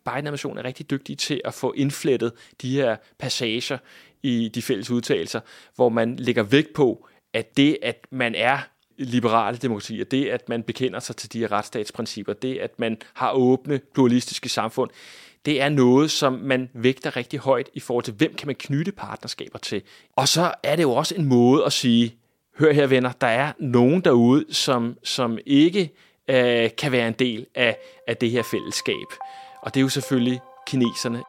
Biden-administrationen er rigtig dygtige til at få indflettet de her passager i de fælles udtalelser, hvor man lægger vægt på, at det, at man er liberale demokratier, det, at man bekender sig til de her retsstatsprincipper, det, at man har åbne, pluralistiske samfund, det er noget, som man vægter rigtig højt i forhold til, hvem kan man knytte partnerskaber til. Og så er det jo også en måde at sige, hør her venner, der er nogen derude, som ikke kan være en del af det her fællesskab. Og det er jo selvfølgelig kineserne.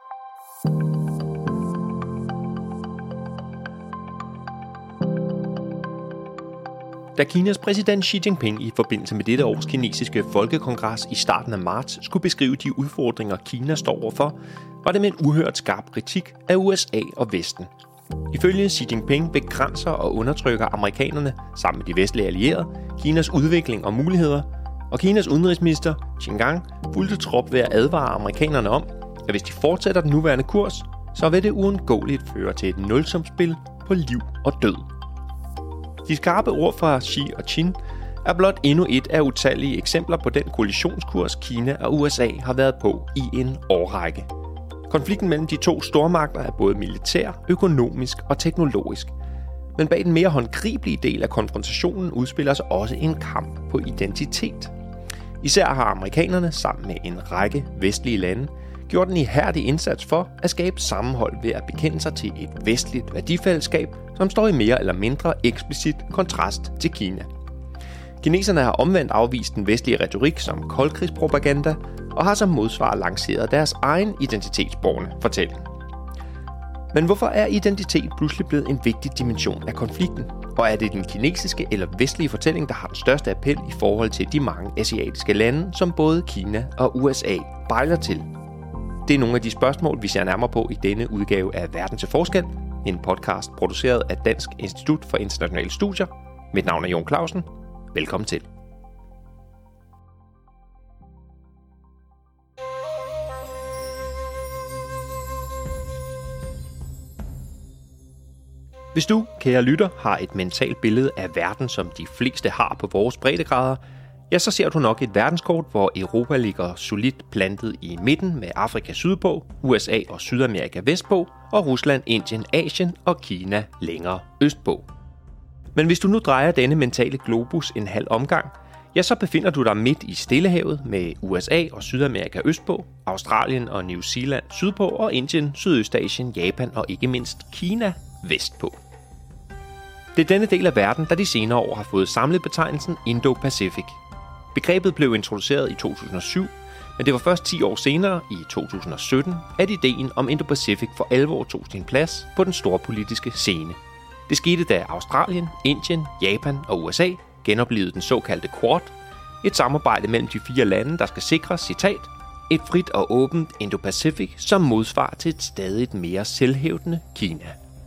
Da Kinas præsident Xi Jinping i forbindelse med dette års kinesiske folkekongres i starten af marts skulle beskrive de udfordringer, Kina står overfor, var det med en uhørt skarp kritik af USA og Vesten. Ifølge Xi Jinping begrænser og undertrykker amerikanerne sammen med de vestlige allierede Kinas udvikling og muligheder, og Kinas udenrigsminister Qin Gang fulgte trop ved at advare amerikanerne om, at hvis de fortsætter den nuværende kurs, så vil det uundgåeligt føre til et nulsumsspil på liv og død. De skarpe ord fra Xi og Qin er blot endnu et af utallige eksempler på den koalitionskurs, Kina og USA har været på i en årrække. Konflikten mellem de to stormagter er både militær, økonomisk og teknologisk. Men bag den mere håndgribelige del af konfrontationen udspiller sig også en kamp på identitet. Især har amerikanerne sammen med en række vestlige lande gjort en ihærdig indsats for at skabe sammenhold ved at bekende sig til et vestligt værdifællesskab, som står i mere eller mindre eksplicit kontrast til Kina. Kineserne har omvendt afvist den vestlige retorik som koldkrigspropaganda og har som modsvar lanceret deres egen identitetsborgende fortælling. Men hvorfor er identitet pludselig blevet en vigtig dimension af konflikten? Og er det den kinesiske eller vestlige fortælling, der har den største appel i forhold til de mange asiatiske lande, som både Kina og USA bejler til? Det er nogle af de spørgsmål, vi ser nærmere på i denne udgave af Verden til Forskel, en podcast produceret af Dansk Institut for Internationale Studier. Mit navn er Jon Clausen. Velkommen til. Hvis du, kære lytter, har et mentalt billede af verden, som de fleste har på vores breddegrader, ja, så ser du nok et verdenskort, hvor Europa ligger solidt plantet i midten med Afrika sydpå, USA og Sydamerika vestpå, og Rusland, Indien, Asien og Kina længere østpå. Men hvis du nu drejer denne mentale globus en halv omgang, ja, så befinder du dig midt i Stillehavet med USA og Sydamerika østpå, Australien og New Zealand sydpå og Indien, Sydøstasien, Japan og ikke mindst Kina vestpå. Det er denne del af verden, der de senere år har fået samlet betegnelsen Indo-Pacific. Begrebet blev introduceret i 2007, men det var først 10 år senere, i 2017, at ideen om Indo-Pacific for alvor tog sin plads på den store politiske scene. Det skete, da Australien, Indien, Japan og USA genoplevede den såkaldte Quad, et samarbejde mellem de 4 lande, der skal sikre, citat, et frit og åbent Indo-Pacific som modsvar til et stadigt mere selvhævdende Kina.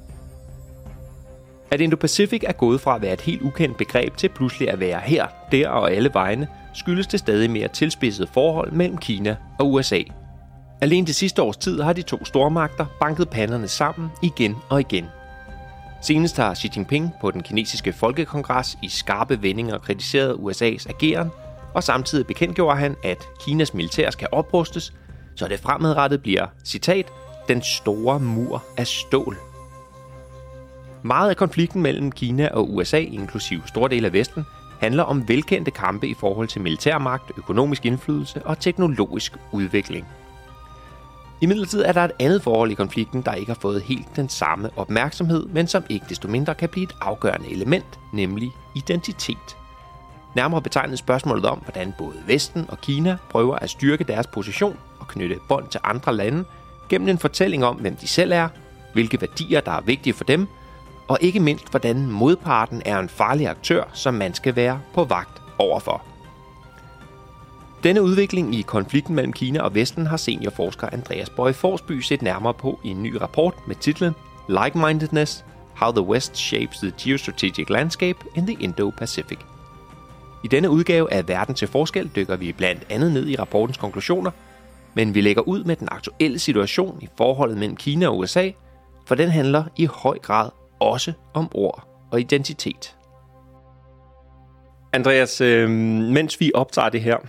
At Indo-Pacific er gået fra at være et helt ukendt begreb til pludselig at være her, der og alle vegne, skyldes det stadig mere tilspidsede forhold mellem Kina og USA. Alene det sidste års tid har de to stormagter banket panderne sammen igen og igen. Senest har Xi Jinping på den kinesiske folkekongres i skarpe vendinger kritiseret USA's ageren, og samtidig bekendtgjorde han, at Kinas militær skal oprustes, så det fremadrettet bliver, citat, den store mur af stål. Meget af konflikten mellem Kina og USA, inklusive store dele af Vesten, handler om velkendte kampe i forhold til militærmagt, økonomisk indflydelse og teknologisk udvikling. Imidlertid er der et andet forhold i konflikten, der ikke har fået helt den samme opmærksomhed, men som ikke desto mindre kan blive et afgørende element, nemlig identitet. Nærmere betegnet spørgsmålet om, hvordan både Vesten og Kina prøver at styrke deres position og knytte bånd til andre lande, gennem en fortælling om, hvem de selv er, hvilke værdier, der er vigtige for dem, og ikke mindst, hvordan modparten er en farlig aktør, som man skal være på vagt overfor. Denne udvikling i konflikten mellem Kina og Vesten har seniorforsker Andreas Boye Forsby set nærmere på i en ny rapport med titlen Like-Mindedness – How the West Shapes the Geostrategic Landscape in the Indo-Pacific. I denne udgave af Verden til Forskel dykker vi blandt andet ned i rapportens konklusioner, men vi lægger ud med den aktuelle situation i forholdet mellem Kina og USA, for den handler i høj grad også om ord og identitet. Andreas, mens vi optager det her,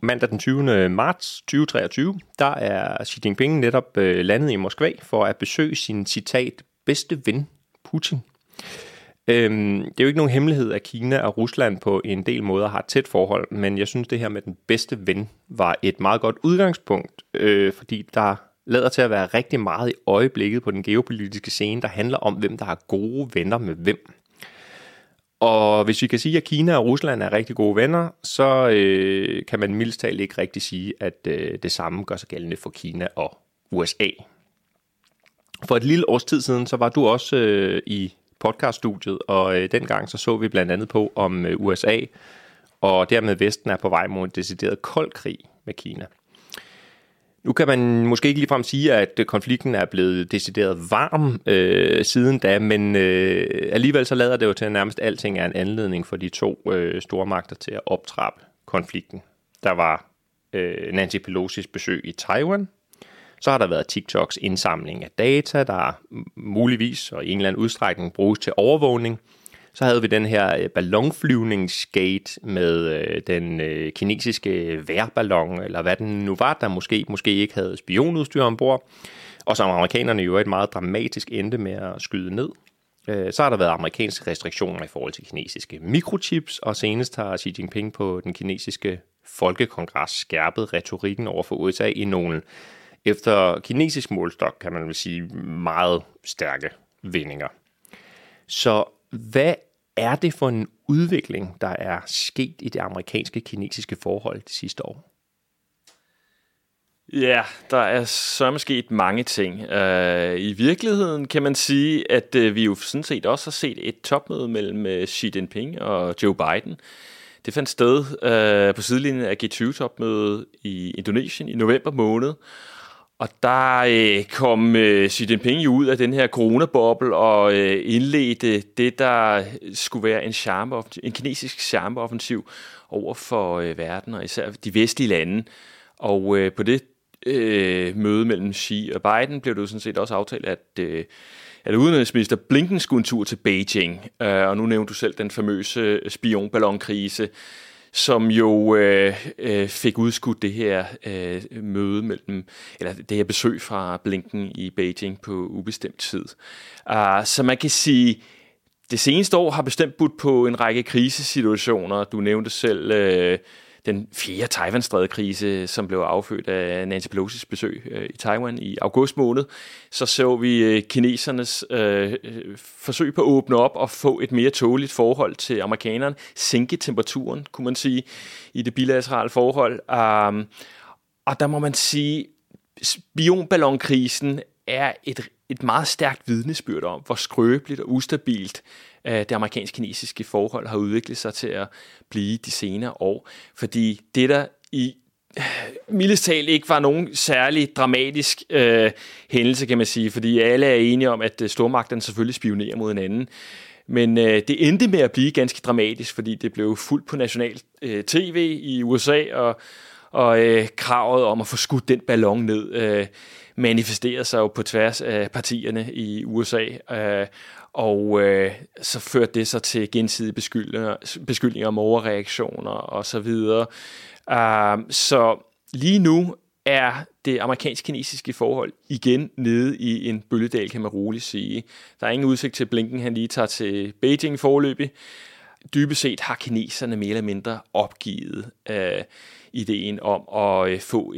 Mandag den 20. marts 2023, der er Xi Jinping netop landet i Moskva for at besøge sin, citat, bedste ven, Putin. Det er jo ikke nogen hemmelighed, at Kina og Rusland på en del måder har et tæt forhold, men jeg synes, det her med den bedste ven var et meget godt udgangspunkt, fordi der lader til at være rigtig meget i øjeblikket på den geopolitiske scene, der handler om, hvem der har gode venner med hvem. Og hvis vi kan sige, at Kina og Rusland er rigtig gode venner, så kan man mildest talt ikke rigtig sige, at det samme gør sig gældende for Kina og USA. For et lille års tid siden, så var du også i podcaststudiet, og dengang så vi blandt andet på, om USA og dermed Vesten er på vej mod en decideret kold krig med Kina. Nu kan man måske ikke ligefrem sige, at konflikten er blevet decideret varm siden da, men alligevel så lader det jo til, at nærmest alting er en anledning for de to stormagter til at optrappe konflikten. Der var Nancy Pelosi's besøg i Taiwan. Så har der været TikToks indsamling af data, der muligvis og i en eller anden udstrækning bruges til overvågning. Så havde vi den her ballonflyvningsskate med den kinesiske vejrballon, eller hvad den nu var, der måske ikke havde spionudstyr ombord, og som amerikanerne jo et meget dramatisk endte med at skyde ned. Så har der været amerikanske restriktioner i forhold til kinesiske mikrochips, og senest har Xi Jinping på den kinesiske folkekongres skærpet retorikken over for USA i nogle, efter kinesisk målstok, kan man vel sige, meget stærke vendinger. Så hvad er det for en udvikling, der er sket i det amerikanske-kinesiske forhold de sidste år? Ja, der er så sket mange ting. I virkeligheden kan man sige, at vi jo sådan set også har set et topmøde mellem Xi Jinping og Joe Biden. Det fandt sted på sidelinjen af G20-topmødet i Indonesien i november måned. Og der kom Xi Jinping jo ud af den her coronaboble og indledte det, der skulle være en kinesisk charmeoffensiv over for verden, og især de vestlige lande. Og på det møde mellem Xi og Biden blev det jo sådan set også aftalt, at udenrigsminister Blinken skulle en tur til Beijing. Og nu nævnte du selv den famøse spionballonkrise, som jo fik udskudt det her møde mellem, eller det her besøg fra Blinken i Beijing på ubestemt tid. Så man kan sige, det seneste år har bestemt budt på en række krisesituationer. Du nævnte selv den 4. Taiwan-strædekrise, som blev affødt af Nancy Pelosi's besøg i Taiwan i august måned. Så vi kinesernes forsøg på at åbne op og få et mere tåleligt forhold til amerikanerne, sænke temperaturen, kunne man sige, i det bilaterale forhold. Og der må man sige, spionballonkrisen er et meget stærkt vidnesbyrd om, hvor skrøbeligt og ustabilt det amerikansk-kinesiske forhold har udviklet sig til at blive de senere år. Fordi det, der i mildest talt ikke var nogen særlig dramatisk hændelse, kan man sige, fordi alle er enige om, at stormagterne selvfølgelig spionerer mod hinanden. Men det endte med at blive ganske dramatisk, fordi det blev fuldt på national tv i USA, og kravet om at få skudt den ballon ned manifesterede sig jo på tværs af partierne i USA, og så førte det sig til gensidige beskyldninger om overreaktioner og så videre. Så lige nu er det amerikansk-kinesiske forhold igen nede i en bølgedal, kan man roligt sige. Der er ingen udsigt til, at Blinken han lige tager til Beijing foreløbig. Dybest set har kineserne mere eller mindre opgivet ideen om at få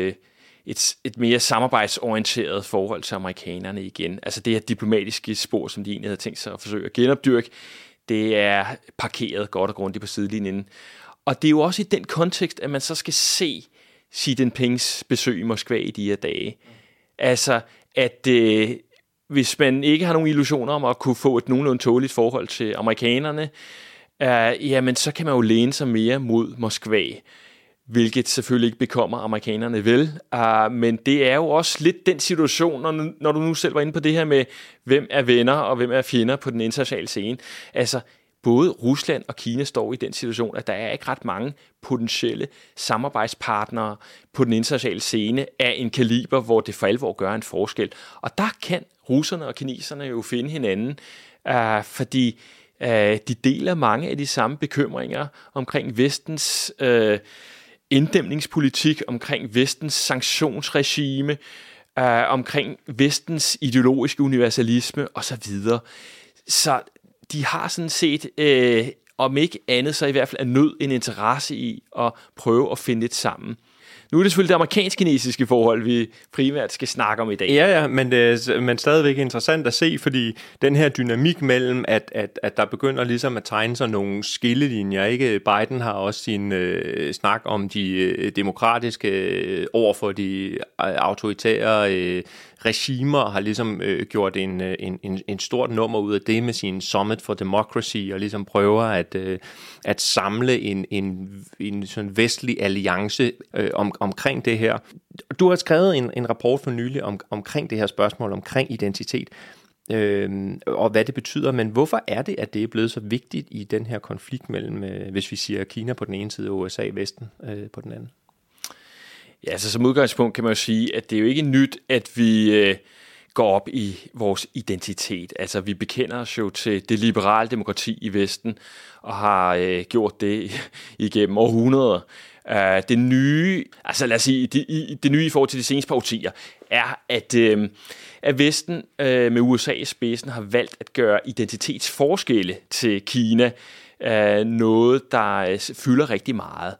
et mere samarbejdsorienteret forhold til amerikanerne igen. Altså det her diplomatiske spor, som de egentlig havde tænkt sig at forsøge at genopdyrke, det er parkeret godt og grundigt på sidelinjen. Og det er jo også i den kontekst, at man så skal se Xi Jinpings besøg i Moskva i de her dage. Altså, at hvis man ikke har nogen illusioner om at kunne få et nogenlunde tåligt forhold til amerikanerne, jamen så kan man jo læne sig mere mod Moskva, hvilket selvfølgelig ikke bekommer amerikanerne vel. Men det er jo også lidt den situation, når du nu selv var inde på det her med, hvem er venner og hvem er fjender på den internationale scene. Altså, både Rusland og Kina står i den situation, at der er ikke ret mange potentielle samarbejdspartnere på den internationale scene af en kaliber, hvor det for alvor gør en forskel. Og der kan russerne og kineserne jo finde hinanden, fordi de deler mange af de samme bekymringer omkring vestens inddæmningspolitik, omkring vestens sanktionsregime, omkring vestens ideologiske universalisme osv. Så de har sådan set, om ikke andet, så i hvert fald af nød en interesse i at prøve at finde lidt sammen. Nu er det selvfølgelig det amerikansk-kinesiske forhold, vi primært skal snakke om i dag. Ja, men stadigvæk interessant at se, fordi den her dynamik mellem, at der begynder ligesom at tegne sig nogle skillelinjer, ikke? Biden har også sin snak om de demokratiske over for de autoritære regimer, har ligesom gjort en stort nummer ud af det med sin Summit for Democracy, og ligesom prøver at samle en sådan vestlig alliance omkring det her. Du har skrevet en rapport for nylig omkring det her spørgsmål, omkring identitet, og hvad det betyder, men hvorfor er det, at det er blevet så vigtigt i den her konflikt mellem, hvis vi siger Kina på den ene side og USA og Vesten på den anden? Ja, altså som udgangspunkt kan man jo sige, at det er jo ikke nyt, at vi går op i vores identitet. Altså vi bekender os jo til det liberale demokrati i Vesten, og har gjort det igennem århundreder. Det nye, altså lad os sige, det nye i forhold til de seneste par årtier, er, at Vesten med USA i spidsen har valgt at gøre identitetsforskelle til Kina noget, der fylder rigtig meget.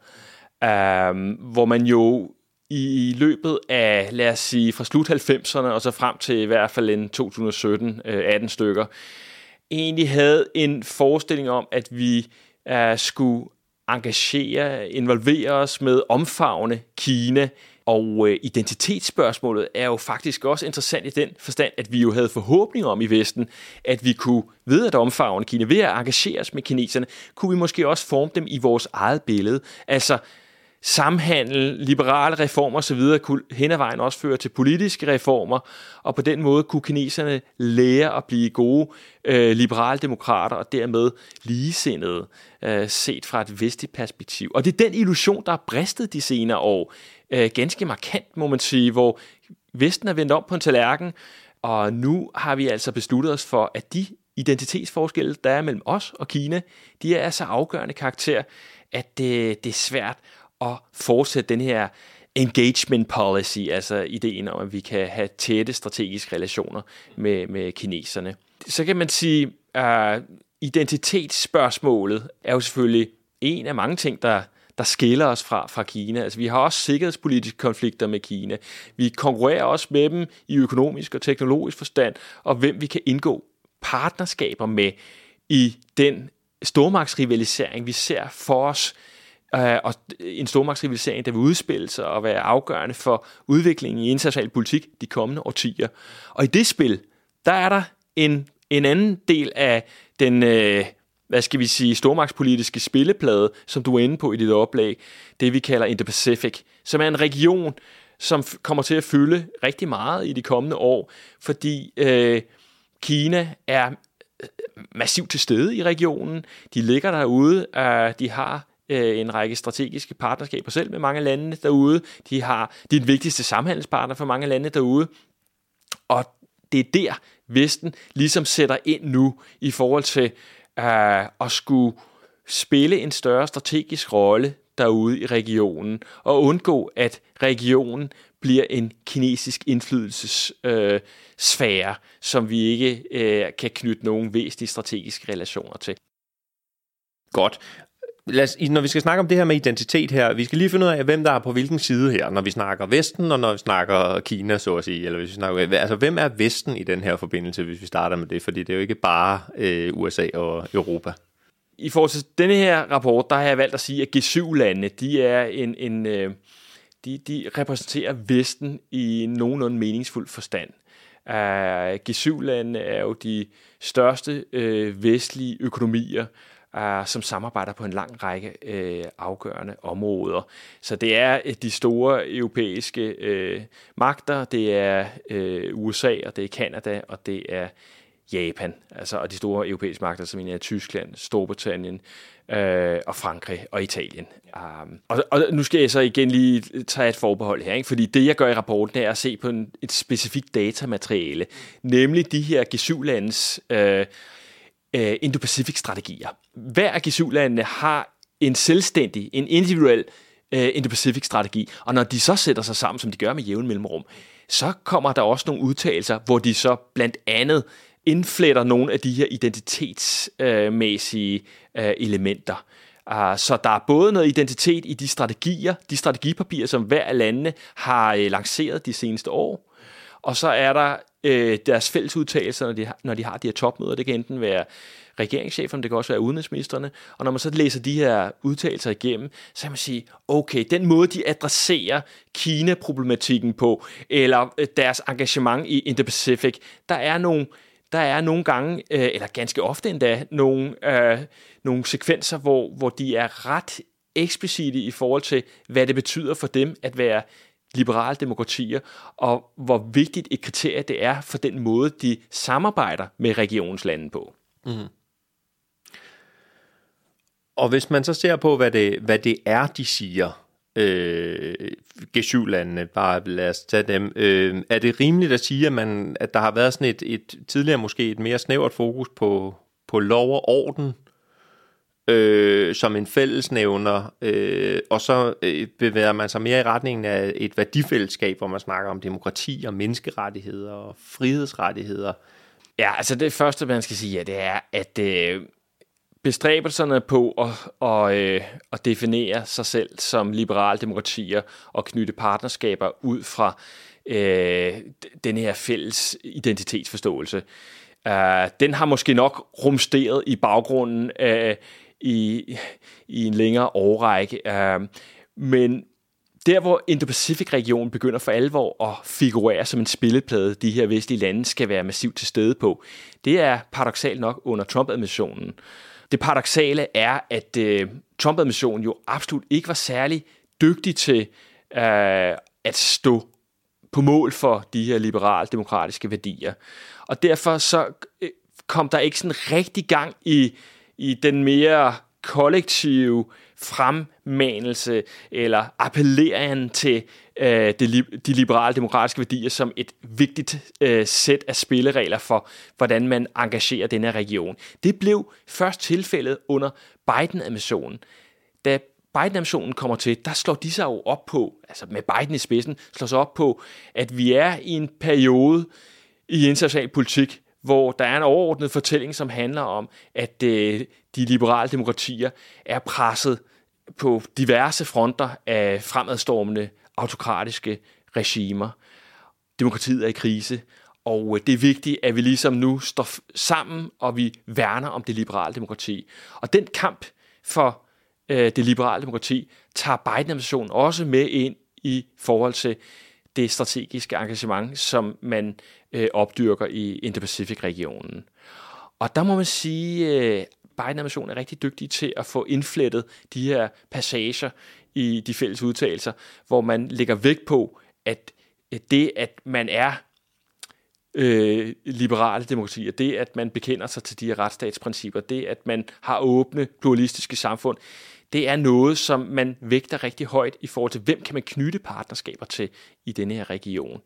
Hvor man jo i løbet af, lad os sige, fra slut 90'erne og så frem til i hvert fald en 2017, 18 stykker, egentlig havde en forestilling om, at vi skulle involvere os med omfavne Kina, og identitetsspørgsmålet er jo faktisk også interessant i den forstand, at vi jo havde forhåbninger om i Vesten, at vi kunne ved at omfavne Kina, ved at engagere os med kineserne, kunne vi måske også forme dem i vores eget billede. Altså samhandel, liberale reformer osv. kunne hen ad vejen også føre til politiske reformer, og på den måde kunne kineserne lære at blive gode liberale demokrater og dermed ligesindede set fra et vestligt perspektiv. Og det er den illusion, der er bristet de senere år. Ganske markant, må man sige, hvor Vesten er vendt om på en tallerken, og nu har vi altså besluttet os for, at de identitetsforskelle, der er mellem os og Kina, de er så afgørende karakter, at det er svært at fortsætte den her engagement policy, altså ideen om, at vi kan have tætte strategiske relationer med kineserne. Så kan man sige, at identitetsspørgsmålet er jo selvfølgelig en af mange ting, der skiller os fra Kina. Altså, vi har også sikkerhedspolitiske konflikter med Kina. Vi konkurrerer også med dem i økonomisk og teknologisk forstand, og hvem vi kan indgå partnerskaber med i den stormagtsrivalisering, vi ser for os, og en stormagtsrivalisering, der vil udspille sig og være afgørende for udviklingen i international politik de kommende årtier. Og i det spil, der er der en anden del af den, stormagtspolitiske spilleplade, som du er inde på i dit oplæg, det vi kalder Indo-Pacific, som er en region, som kommer til at fylde rigtig meget i de kommende år, fordi Kina er massivt til stede i regionen. De ligger derude, de har en række strategiske partnerskaber selv med mange lande derude. De er den vigtigste samhandelspartner for mange lande derude. Og det er der, Vesten ligesom sætter ind nu i forhold til at skulle spille en større strategisk rolle derude i regionen, og undgå, at regionen bliver en kinesisk indflydelsessfære, som vi ikke kan knytte nogen væsentlige strategiske relationer til. Godt. Når vi skal snakke om det her med identitet her, vi skal lige finde ud af, hvem der er på hvilken side her, når vi snakker Vesten, og når vi snakker Kina, så at sige, eller hvis vi snakker, altså hvem er Vesten i den her forbindelse, hvis vi starter med det, fordi det er jo ikke bare USA og Europa. I forhold til denne her rapport, der har jeg valgt at sige, at G7-landene, de er de repræsenterer Vesten i nogenlunde meningsfuld forstand. G7-landene er jo de største vestlige økonomier, som samarbejder på en lang række afgørende områder. Så det er de store europæiske magter, det er USA, og det er Canada, og det er Japan, altså, og de store europæiske magter, som er Tyskland, Storbritannien og Frankrig og Italien. Og nu skal jeg så igen lige tage et forbehold her, ikke? Fordi det, jeg gør i rapporten, er at se på et specifikt datamateriale, nemlig de her G7-landes Indo-Pacific-strategier. Hver af G7-landene har en selvstændig, en individuel Indo-Pacific-strategi. Og når de så sætter sig sammen, som de gør med jævn mellemrum, så kommer der også nogle udtalelser, hvor de så blandt andet indfletter nogle af de her identitetsmæssige elementer. Så der er både noget identitet i de strategipapirer, som hver af landene har lanceret de seneste år, og så er der deres fælles udtalelser, når de har de her topmøder. Det kan enten være regeringscheferne, det kan også være udenrigsministrene, og når man så læser de her udtalelser igennem, så kan man sige, okay, den måde, de adresserer Kina-problematikken på, eller deres engagement i Indo-Pacific, der er nogle gange, eller ganske ofte endda, nogle sekvenser, hvor de er ret eksplicite i forhold til, hvad det betyder for dem at være liberale demokratier, og hvor vigtigt et kriterie det er for den måde, de samarbejder med regionslande på. Mm. Og hvis man så ser på, hvad det er, de siger, G7-landene, bare lad os tage dem, er det rimeligt at sige, at der har været sådan et tidligere måske et mere snævert fokus på lov og orden, som en fællesnævner, og så bevæger man sig mere i retningen af et værdifællesskab, hvor man snakker om demokrati og menneskerettigheder og frihedsrettigheder? Ja, altså det første, man skal sige, det er, at bestræbelserne på at definere sig selv som liberale demokratier og knytte partnerskaber ud fra den her fælles identitetsforståelse, den har måske nok rumsteret i baggrunden i en længere årrække. Men der, hvor Indo-Pacific-regionen begynder for alvor at figurere som en spilleplade, de her vestlige lande skal være massivt til stede på, det er paradoksalt nok under Trump-administrationen. Det paradoksale er, at Trump-administrationen jo absolut ikke var særlig dygtig til at stå på mål for de her liberale demokratiske værdier. Og derfor så kom der ikke sådan rigtig gang i den mere kollektive fremmanelse eller appelleren til de liberale demokratiske værdier som et vigtigt sæt af spilleregler for, hvordan man engagerer denne her region. Det blev først tilfældet under Biden-administrationen. Da Biden-administrationen kommer til, der slår de sig jo op på, altså med Biden i spidsen, slår sig op på, at vi er i en periode i international politik, hvor der er en overordnet fortælling, som handler om, at de liberale demokratier er presset på diverse fronter af fremadstormende autokratiske regimer. Demokratiet er i krise, og det er vigtigt, at vi ligesom nu står sammen, og vi værner om det liberale demokrati. Og den kamp for det liberale demokrati tager Biden-administrationen også med ind i forhold til det strategiske engagement, som man opdyrker i Indo-Pacific-regionen. Og der må man sige, at Biden-administrationen er rigtig dygtig til at få indflettet de her passager i de fælles udtalelser, hvor man lægger vægt på, at det, at man er liberale demokratier, det, at man bekender sig til de her retsstatsprincipper, det, at man har åbne, pluralistiske samfund, det er noget, som man vægter rigtig højt i forhold til, hvem kan man knytte partnerskaber til i denne her region.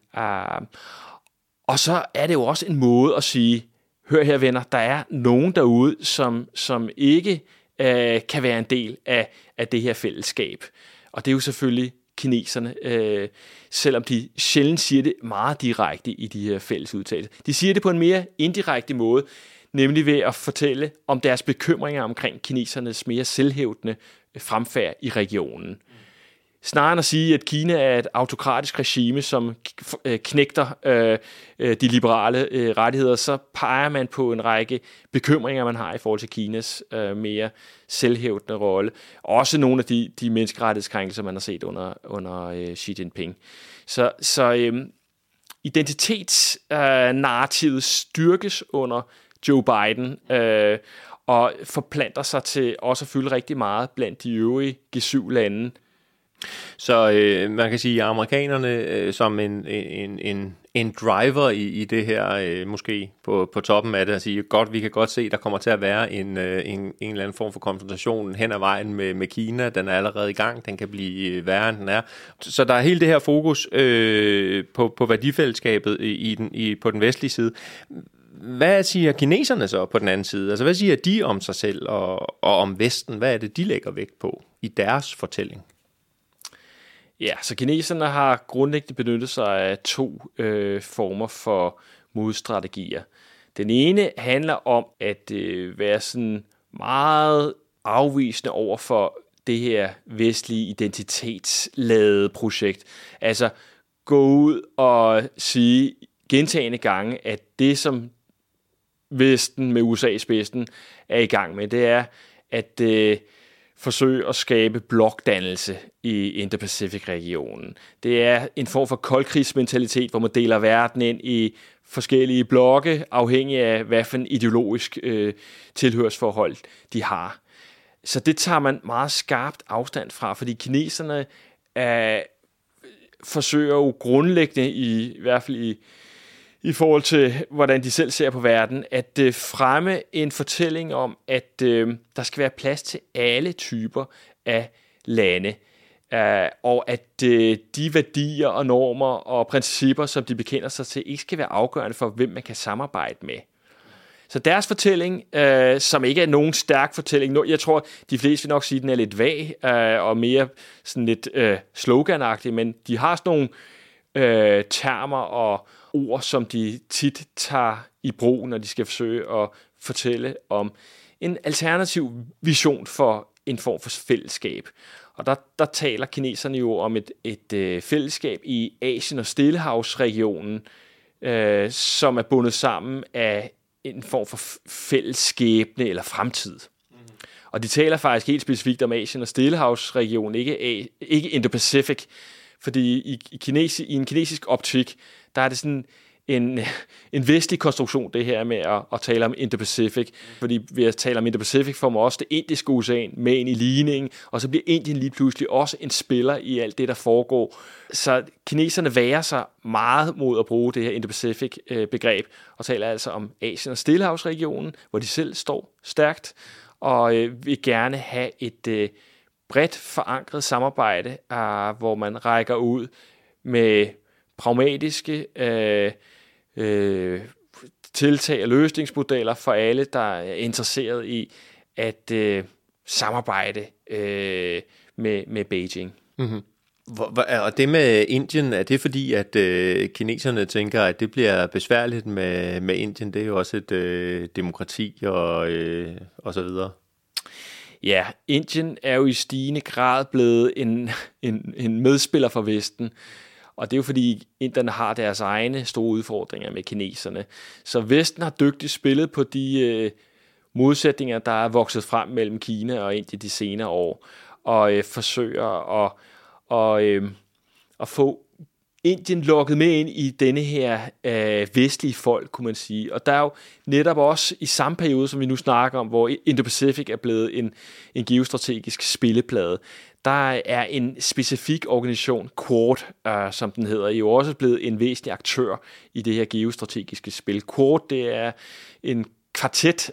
Og så er det jo også en måde at sige, hør her venner, der er nogen derude, som ikke kan være en del af det her fællesskab. Og det er jo selvfølgelig kineserne, selvom de sjældent siger det meget direkte i de her fælles udtalelser. De siger det på en mere indirekte måde, nemlig ved at fortælle om deres bekymringer omkring kinesernes mere selvhævdende fremfærd i regionen. Snarere end at sige, at Kina er et autokratisk regime, som knægter de liberale rettigheder, så peger man på en række bekymringer, man har i forhold til Kinas mere selvhævdende rolle. Også nogle af de menneskerettighedskrænkelser, man har set under Xi Jinping. Så identitetsnarrativet styrkes under Joe Biden og forplanter sig til også at fylde rigtig meget blandt de øvrige G7-lande. Så man kan sige, at amerikanerne som en driver i det her, måske på toppen af det, at sige, vi kan godt se, at der kommer til at være en eller anden form for konfrontation hen ad vejen med Kina. Den er allerede i gang, den kan blive værre, end den er. Så der er hele det her fokus på værdifællesskabet på den vestlige side. Hvad siger kineserne så på den anden side? Altså, hvad siger de om sig selv og om Vesten? Hvad er det, de lægger vægt på i deres fortælling? Ja, så kineserne har grundlæggende benyttet sig af to former for modstrategier. Den ene handler om at være sådan meget afvisende over for det her vestlige identitetsladede projekt. Altså gå ud og sige gentagne gange, at det som Vesten med USA i spidsen er i gang med, det er at forsøge at skabe blokdannelse i Indo-Pacific-regionen. Det er en form for koldkrigsmentalitet, hvor man deler verden ind i forskellige blokke, afhængig af hvad for en ideologisk tilhørsforhold de har. Så det tager man meget skarpt afstand fra, fordi kineserne forsøger jo grundlæggende, i hvert fald i forhold til, hvordan de selv ser på verden, at fremme en fortælling om, at der skal være plads til alle typer af lande, og at de værdier og normer og principper, som de bekender sig til, ikke skal være afgørende for, hvem man kan samarbejde med. Så deres fortælling, som ikke er nogen stærk fortælling, jeg tror, de fleste vil nok sige, at den er lidt vag og mere sådan lidt sloganagtig, men de har sådan nogle termer og ord, som de tit tager i brug, når de skal forsøge at fortælle om en alternativ vision for en form for fællesskab. Og der taler kineserne jo om et fællesskab i Asien og Stillehavsregionen, som er bundet sammen af en form for fællesskæbne eller fremtid. Og de taler faktisk helt specifikt om Asien og Stillehavsregionen, ikke Indo-Pacific, fordi i en kinesisk optik, der er det sådan en vestlig konstruktion, det her med at tale om Indo-Pacific. Fordi ved at tale om Indo-Pacific får man også det indiske ocean med ind i ligningen, og så bliver Indien lige pludselig også en spiller i alt det, der foregår. Så kineserne værer sig meget mod at bruge det her Indo-Pacific-begreb, og taler altså om Asien og Stillehavsregionen, hvor de selv står stærkt, og vil gerne have et bredt forankret samarbejde, hvor man rækker ud med pragmatiske tiltag og løsningsmodeller for alle, der er interesseret i at samarbejde med Beijing. Mm-hmm. Og det med Indien, er det fordi, at kineserne tænker, at det bliver besværligt med Indien? Det er jo også et demokrati og så videre. Ja, Indien er jo i stigende grad blevet en medspiller for Vesten. Og det er jo fordi, inderne har deres egne store udfordringer med kineserne. Så Vesten har dygtigt spillet på de modsætninger, der er vokset frem mellem Kina og Indien de senere år. Og forsøger at få Indien lukket med ind i denne her vestlige folk, kunne man sige. Og der er jo netop også i samme periode, som vi nu snakker om, hvor Indo-Pacific er blevet en geostrategisk spilleplade, der er en specifik organisation, Quad, som den hedder, jo også blevet en væsentlig aktør i det her geostrategiske spil. Quad, det er en kvartet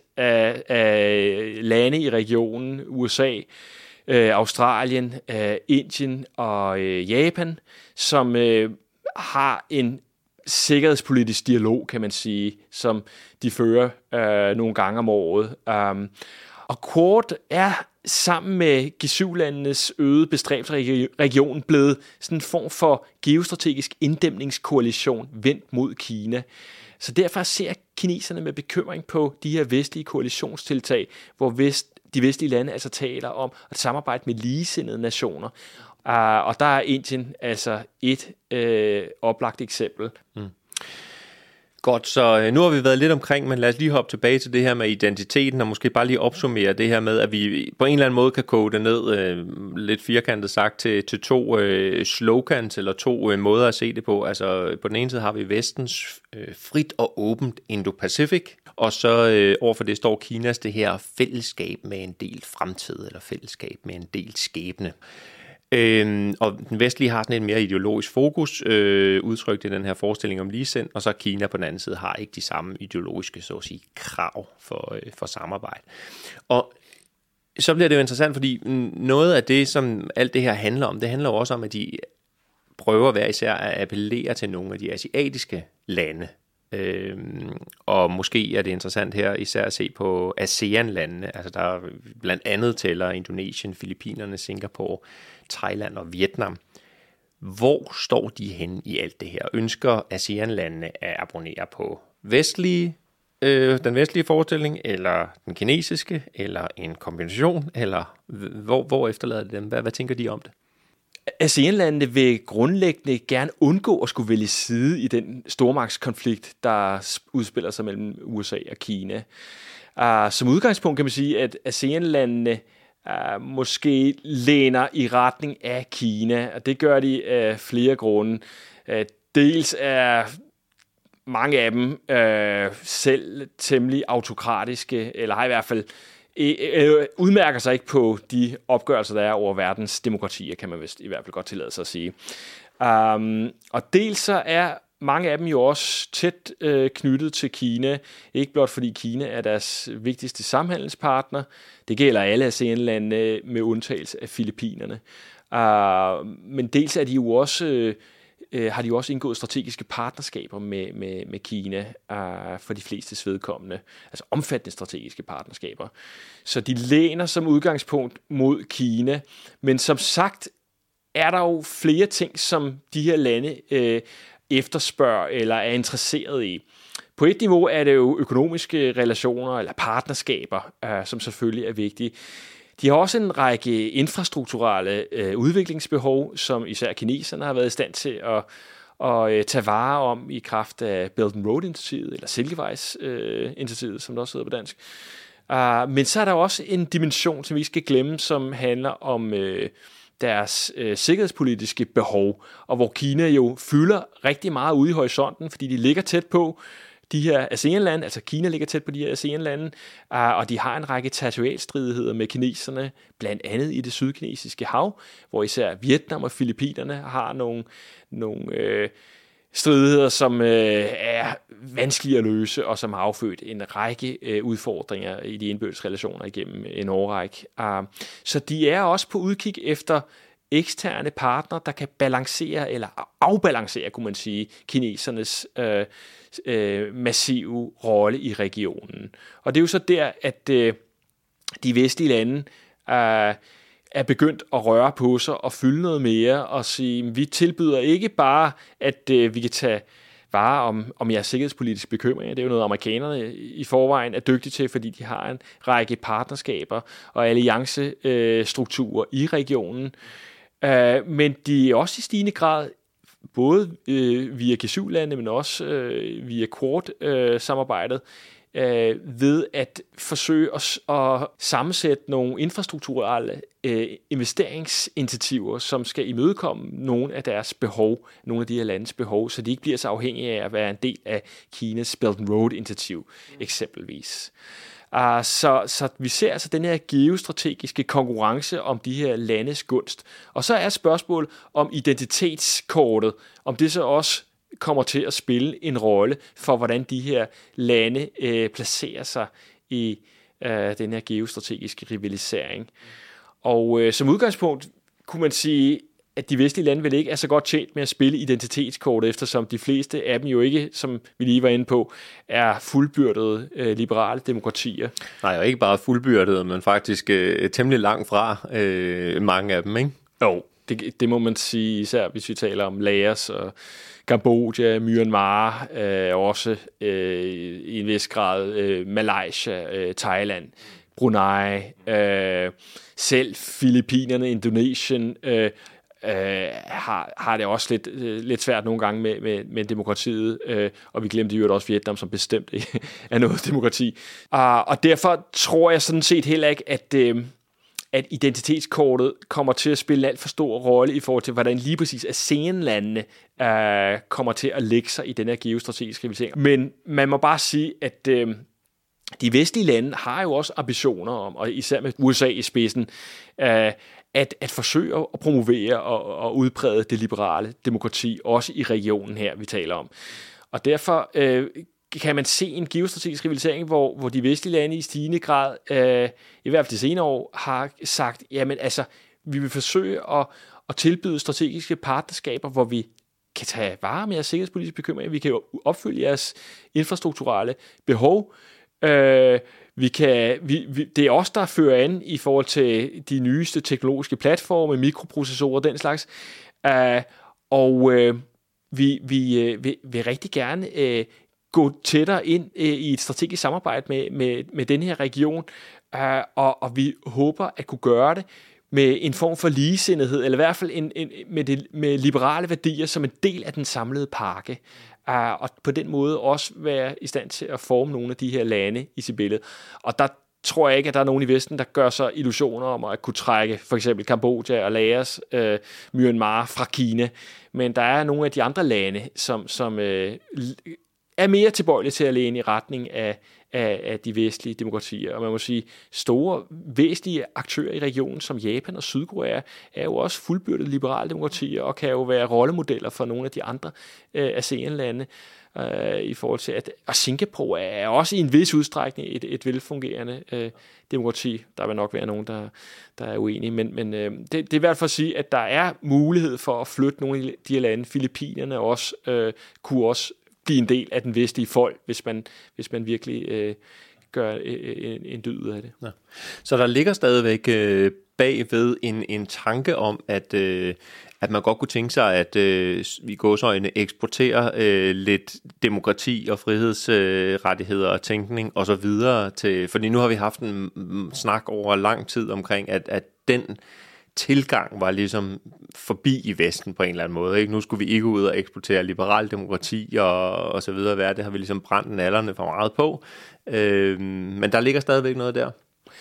af lande i regionen, USA, Australien, Indien og Japan, som har en sikkerhedspolitisk dialog, kan man sige, som de fører nogle gange om året. Og Quad er sammen med G7-landenes øgede bestræbelser i regionen blevet sådan en form for geostrategisk inddæmningskoalition vendt mod Kina. Så derfor ser kineserne med bekymring på de her vestlige koalitionstiltag, hvor de vestlige lande altså taler om at samarbejde med ligesindede nationer. Og der er Indien altså et oplagt eksempel. Mm. Godt, så nu har vi været lidt omkring, men lad os lige hoppe tilbage til det her med identiteten, og måske bare lige opsummere det her med, at vi på en eller anden måde kan koge det ned, lidt firkantet sagt, til to slogans, eller to måder at se det på. Altså på den ene side har vi Vestens frit og åbent Indo-Pacific, og så overfor det står Kinas det her fællesskab med en del fremtid, eller fællesskab med en del skæbne. Og den vestlige har sådan et mere ideologisk fokus, udtrykt i den her forestilling om ligesind, og så Kina på den anden side har ikke de samme ideologiske, så at sige, krav for samarbejde. Og så bliver det jo interessant, fordi noget af det, som alt det her handler om, det handler jo også om, at de prøver hver især at appellere til nogle af de asiatiske lande. Og måske er det interessant her især at se på ASEAN-landene, altså der blandt andet tæller Indonesien, Filippinerne, Singapore, Thailand og Vietnam. Hvor står de henne i alt det her? Ønsker ASEAN-landene at abonnere på den vestlige forestilling, eller den kinesiske, eller en kombination, eller hvor efterlader det dem? Hvad tænker de om det? ASEAN-landene vil grundlæggende gerne undgå at skulle vælge side i den stormagtskonflikt, der udspiller sig mellem USA og Kina. Som udgangspunkt kan man sige, at ASEAN-landene måske læner i retning af Kina, og det gør de af flere grunde. Dels er mange af dem selv temmelig autokratiske, eller har i hvert fald udmærker sig ikke på de opgørelser, der er over verdens demokratier, kan man vist i hvert fald godt tillade sig at sige. Og dels så er mange af dem jo også tæt knyttet til Kina, ikke blot fordi Kina er deres vigtigste samhandelspartner, det gælder alle ASEAN-landene med undtagelse af Filippinerne. Men dels er de jo også har de jo også indgået strategiske partnerskaber med Kina for de flestes vedkommende, altså omfattende strategiske partnerskaber. Så de læner som udgangspunkt mod Kina, men som sagt er der jo flere ting, som de her lande efterspørger eller er interesseret i. På et niveau er det jo økonomiske relationer eller partnerskaber, som selvfølgelig er vigtige. De har også en række infrastrukturelle udviklingsbehov, som især kineserne har været i stand til at tage vare om i kraft af Belt and Road-initiativet, eller Silkevejs-initiativet, som det også hedder på dansk. Men så er der også en dimension, som vi ikke skal glemme, som handler om deres sikkerhedspolitiske behov, og hvor Kina jo fylder rigtig meget ude i horisonten, fordi de ligger tæt på de her ASEAN-lande, altså Kina ligger tæt på de her ASEAN-lande, og de har en række territorialstridigheder med kineserne, blandt andet i det sydkinesiske hav, hvor især Vietnam og Filippinerne har nogle stridigheder, som er vanskelige at løse, og som har affødt en række udfordringer i de indbyrdes relationer igennem en årrække. Så de er også på udkig efter eksterne partner, der kan balancere eller afbalancere, kunne man sige, kinesernes massive rolle i regionen. Og det er jo så der, at de vestlige lande er begyndt at røre på sig og fylde noget mere og sige, vi tilbyder ikke bare, at vi kan tage vare om jeres sikkerhedspolitiske bekymringer. Det er jo noget, amerikanerne i forvejen er dygtige til, fordi de har en række partnerskaber og alliancestrukturer i regionen. Men de er også i stigende grad, både via G7-lande, men også via Quad-samarbejdet, ved at forsøge at sammensætte nogle infrastrukturelle investeringsinitiativer, som skal imødekomme nogle af deres behov, nogle af de her landes behov, så de ikke bliver så afhængige af at være en del af Kinas Belt and Road-initiativ, eksempelvis. Så vi ser altså den her geostrategiske konkurrence om de her landes gunst. Og så er spørgsmålet om identitetskortet, om det så også kommer til at spille en rolle for, hvordan de her lande placerer sig i den her geostrategiske rivalisering. Og som udgangspunkt kunne man sige, at de vestlige lande vel ikke er så godt tjent med at spille identitetskortet, eftersom de fleste af dem jo ikke, som vi lige var inde på, er fuldbyrdede liberale demokratier. Nej, og ikke bare fuldbyrdede, men faktisk temmelig langt fra mange af dem, ikke? Jo, det må man sige, især hvis vi taler om Laos og Kambodja, Myanmar, også i en vis grad Malaysia, Thailand, Brunei, selv Filippinerne, Indonesien, har det også lidt svært nogle gange med demokratiet, og vi glemte jo også Vietnam, som bestemt ikke er noget demokrati. Og derfor tror jeg sådan set heller ikke, at identitetskortet kommer til at spille en alt for stor rolle i forhold til, hvordan lige præcis ASEAN-landene kommer til at lægge sig i den her geostrategiske rivalisering. Men man må bare sige, at de vestlige lande har jo også ambitioner om, og især med USA i spidsen, at forsøge at promovere og udbrede det liberale demokrati, også i regionen her, vi taler om. Og derfor kan man se en geostrategisk rivalisering, hvor de vestlige lande i stigende grad, i hvert fald de senere år, har sagt, jamen altså, vi vil forsøge at tilbyde strategiske partnerskaber, hvor vi kan tage vare med jeres sikkerhedspolitiske bekymringer, vi kan opfylde jeres infrastrukturelle behov, det er os, der fører an i forhold til de nyeste teknologiske platforme, mikroprocessorer og den slags, Og vi vil rigtig gerne gå tættere ind i et strategisk samarbejde med den her region, og vi håber at kunne gøre det med en form for ligesindethed, eller i hvert fald med liberale værdier som en del af den samlede pakke, og på den måde også være i stand til at forme nogle af de her lande i sit billede. Og der tror jeg ikke, at der er nogen i Vesten, der gør sig illusioner om at kunne trække for eksempel Kambodja og Laos, Myanmar fra Kina, men der er nogle af de andre lande, som er mere tilbøjelige til at læne i retning af de vestlige demokratier. Og man må sige, store vestlige aktører i regionen som Japan og Sydkorea er jo også fuldbyrdede liberale demokratier og kan jo være rollemodeller for nogle af de andre ASEAN-lande i forhold til og Singapore er også i en vis udstrækning et velfungerende demokrati. Der vil nok være nogen, der er uenige, men det er i hvert fald at sige, at der er mulighed for at flytte nogle af de her lande. Filippinerne også kunne også blive en del af den vestlige folk, hvis man virkelig gør en dyd ud af det. Ja. Så der ligger stadigvæk bagved en tanke om, at man godt kunne tænke sig, at vi gåseøjne eksporterer lidt demokrati og frihedsrettigheder og tænkning og så videre til, fordi nu har vi haft en snak over lang tid omkring, at den tilgang var ligesom forbi i Vesten på en eller anden måde. Ikke? Nu skulle vi ikke ud og eksportere liberal demokrati og så videre. Det har vi ligesom brændt nallerne for meget på. Men der ligger stadigvæk noget der.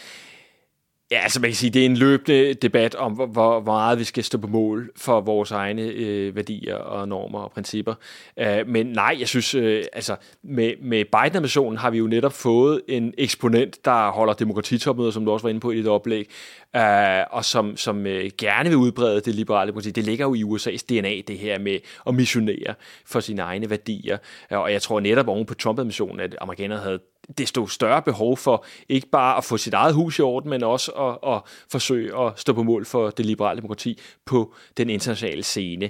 Ja, altså man kan sige, det er en løbende debat om, hvor meget vi skal stå på mål for vores egne værdier og normer og principper. Men nej, jeg synes, altså med Biden-administrationen har vi jo netop fået en eksponent, der holder demokratitopmøder, som du også var inde på i dit oplæg, og som gerne vil udbrede det liberale demokrati. Det ligger jo i USA's DNA, det her med at missionere for sine egne værdier. Og jeg tror netop oven på Trump-administrationen, at amerikanerne havde desto større behov for ikke bare at få sit eget hus i orden, men også at forsøge at stå på mål for det liberale demokrati på den internationale scene.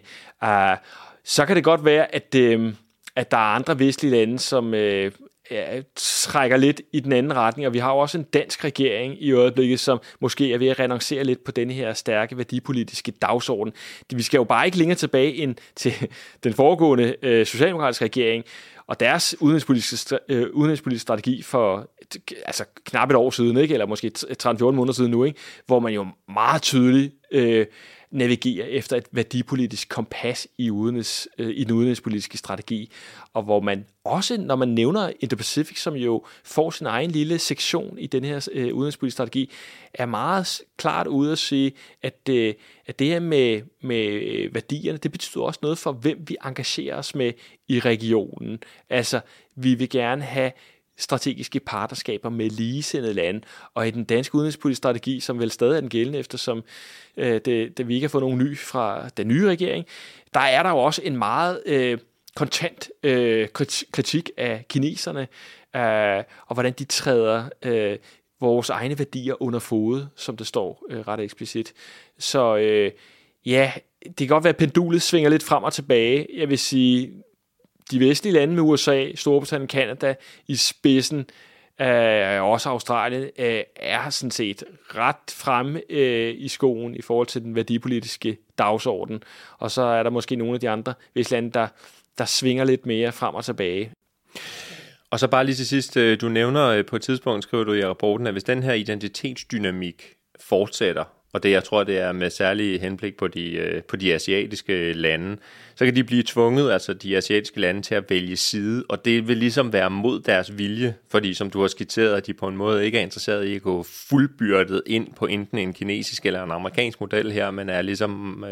Så kan det godt være, at der er andre vestlige lande, som trækker lidt i den anden retning, og vi har jo også en dansk regering i øjeblikket, som måske er ved at renoncere lidt på denne her stærke værdipolitiske dagsorden. Vi skal jo bare ikke længere tilbage end til den foregående socialdemokratiske regering, og deres udenrigspolitiske strategi for altså knap et år siden, ikke? Eller måske 13-14 måneder siden nu, ikke? Hvor man jo meget tydeligt navigerer efter et værdipolitisk kompas i den udenrigspolitiske strategi, og hvor man også, når man nævner Indo-Pacific, som jo får sin egen lille sektion i den her udenrigspolitiske strategi, er meget klart ude at sige, at det her med værdierne, det betyder også noget for, hvem vi engagerer os med i regionen. Altså, vi vil gerne have strategiske partnerskaber med ligesindede lande, og i den danske udenrigspolitiske strategi, som vel stadig er den gældende, eftersom det vi ikke har fået nogen ny fra den nye regering, der er der jo også en meget kontant kritik af kineserne, og hvordan de træder vores egne værdier under fode, som det står ret eksplicit. Så ja, det kan godt være, at pendulet svinger lidt frem og tilbage. Jeg vil sige, de vestlige lande med USA, Storbritannien, Canada i spidsen, også Australien, er sådan set ret fremme i skoen i forhold til den værdipolitiske dagsorden. Og så er der måske nogle af de andre vestlige lande, der svinger lidt mere frem og tilbage. Og så bare lige til sidst, du nævner på et tidspunkt, skriver du i rapporten, at hvis den her identitetsdynamik fortsætter, og det jeg tror, det er med særlig henblik på de asiatiske lande, så kan de blive tvunget, altså de asiatiske lande, til at vælge side, og det vil ligesom være mod deres vilje, fordi som du har skitseret, at de på en måde ikke er interesseret i at gå fuldbyrdet ind på enten en kinesisk eller en amerikansk model her, men er ligesom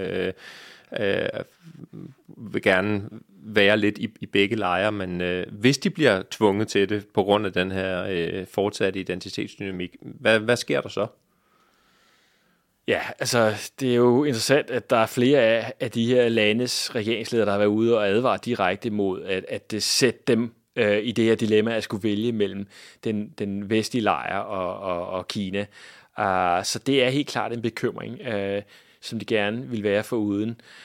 vil gerne være lidt i begge lejre, men hvis de bliver tvunget til det på grund af den her fortsatte identitetsdynamik, hvad sker der så? Ja, altså det er jo interessant, at der er flere af de her landes regeringsledere, der har været ude og advare direkte mod at sætte dem i det her dilemma at skulle vælge mellem den vestlige lejr og Kina. Så det er helt klart en bekymring, som de gerne vil være foruden.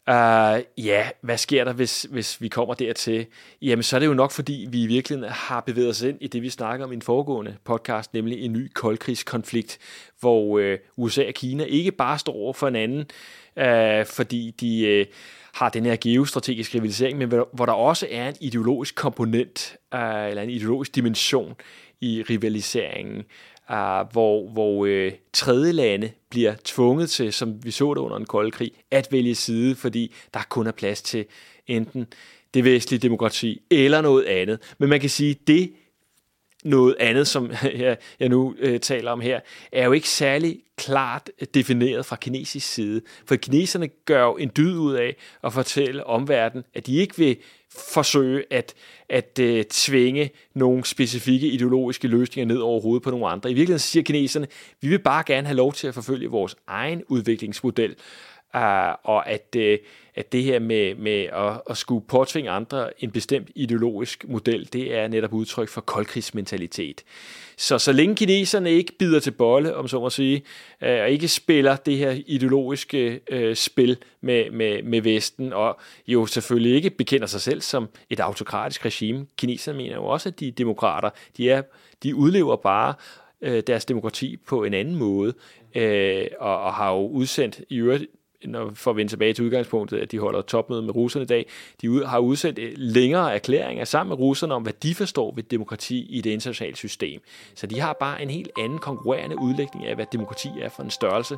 Hvad sker der, hvis vi kommer dertil? Jamen, så er det jo nok, fordi vi i virkeligheden har bevæget os ind i det, vi snakker om i en foregående podcast, nemlig en ny koldkrigskonflikt, hvor USA og Kina ikke bare står over for hinanden, fordi de har den her geostrategiske rivalisering, men hvor der også er en ideologisk komponent, eller en ideologisk dimension i rivaliseringen, hvor tredje lande bliver tvunget til, som vi så det under en kold krig, at vælge side, fordi der kun er plads til enten det vestlige demokrati eller noget andet. Men man kan sige, det noget andet, som jeg nu taler om her, er jo ikke særlig klart defineret fra kinesisk side. For kineserne gør jo en dyd ud af at fortælle omverdenen, at de ikke vil forsøge at tvinge nogle specifikke ideologiske løsninger ned over hovedet på nogle andre. I virkeligheden siger kineserne, vi vil bare gerne have lov til at forfølge vores egen udviklingsmodel, og at det her med at skulle påtvinge andre en bestemt ideologisk model, det er netop udtryk for koldkrigsmentalitet. Så længe kineserne ikke bider til bolle, om så må sige, og ikke spiller det her ideologiske spil med Vesten, og jo selvfølgelig ikke bekender sig selv som et autokratisk regime. Kineserne mener jo også, at de er demokrater. De udlever bare deres demokrati på en anden måde, og har jo udsendt i øvrigt, for at vende tilbage til udgangspunktet, at de holder topmøde med russerne i dag, de har udsendt længere erklæringer sammen med russerne om, hvad de forstår ved demokrati i det internationale system. Så de har bare en helt anden konkurrerende udlægning af, hvad demokrati er for en størrelse.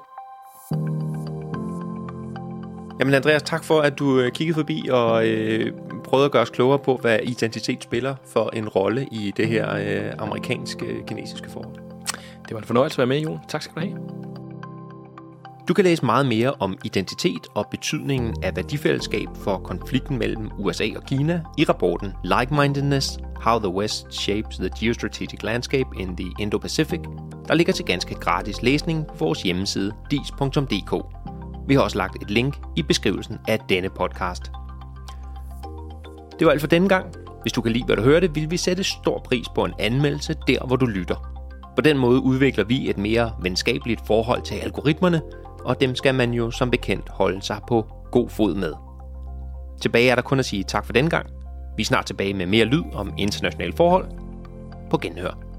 Jamen Andreas, tak for, at du kiggede forbi og prøvede at gøre os klogere på, hvad identitet spiller for en rolle i det her amerikansk-kinesiske forhold. Det var en fornøjelse at være med, Jon. Tak skal du have. Du kan læse meget mere om identitet og betydningen af værdifællesskab for konflikten mellem USA og Kina i rapporten Like-Mindedness – How the West Shapes the Geostrategic Landscape in the Indo-Pacific, der ligger til ganske gratis læsning på vores hjemmeside dis.dk. Vi har også lagt et link i beskrivelsen af denne podcast. Det var alt for denne gang. Hvis du kan lide, hvad du hørte, vil vi sætte stor pris på en anmeldelse der, hvor du lytter. På den måde udvikler vi et mere venskabeligt forhold til algoritmerne, og dem skal man jo som bekendt holde sig på god fod med. Tilbage er der kun at sige tak for denne gang. Vi er snart tilbage med mere lyd om internationale forhold. På genhør.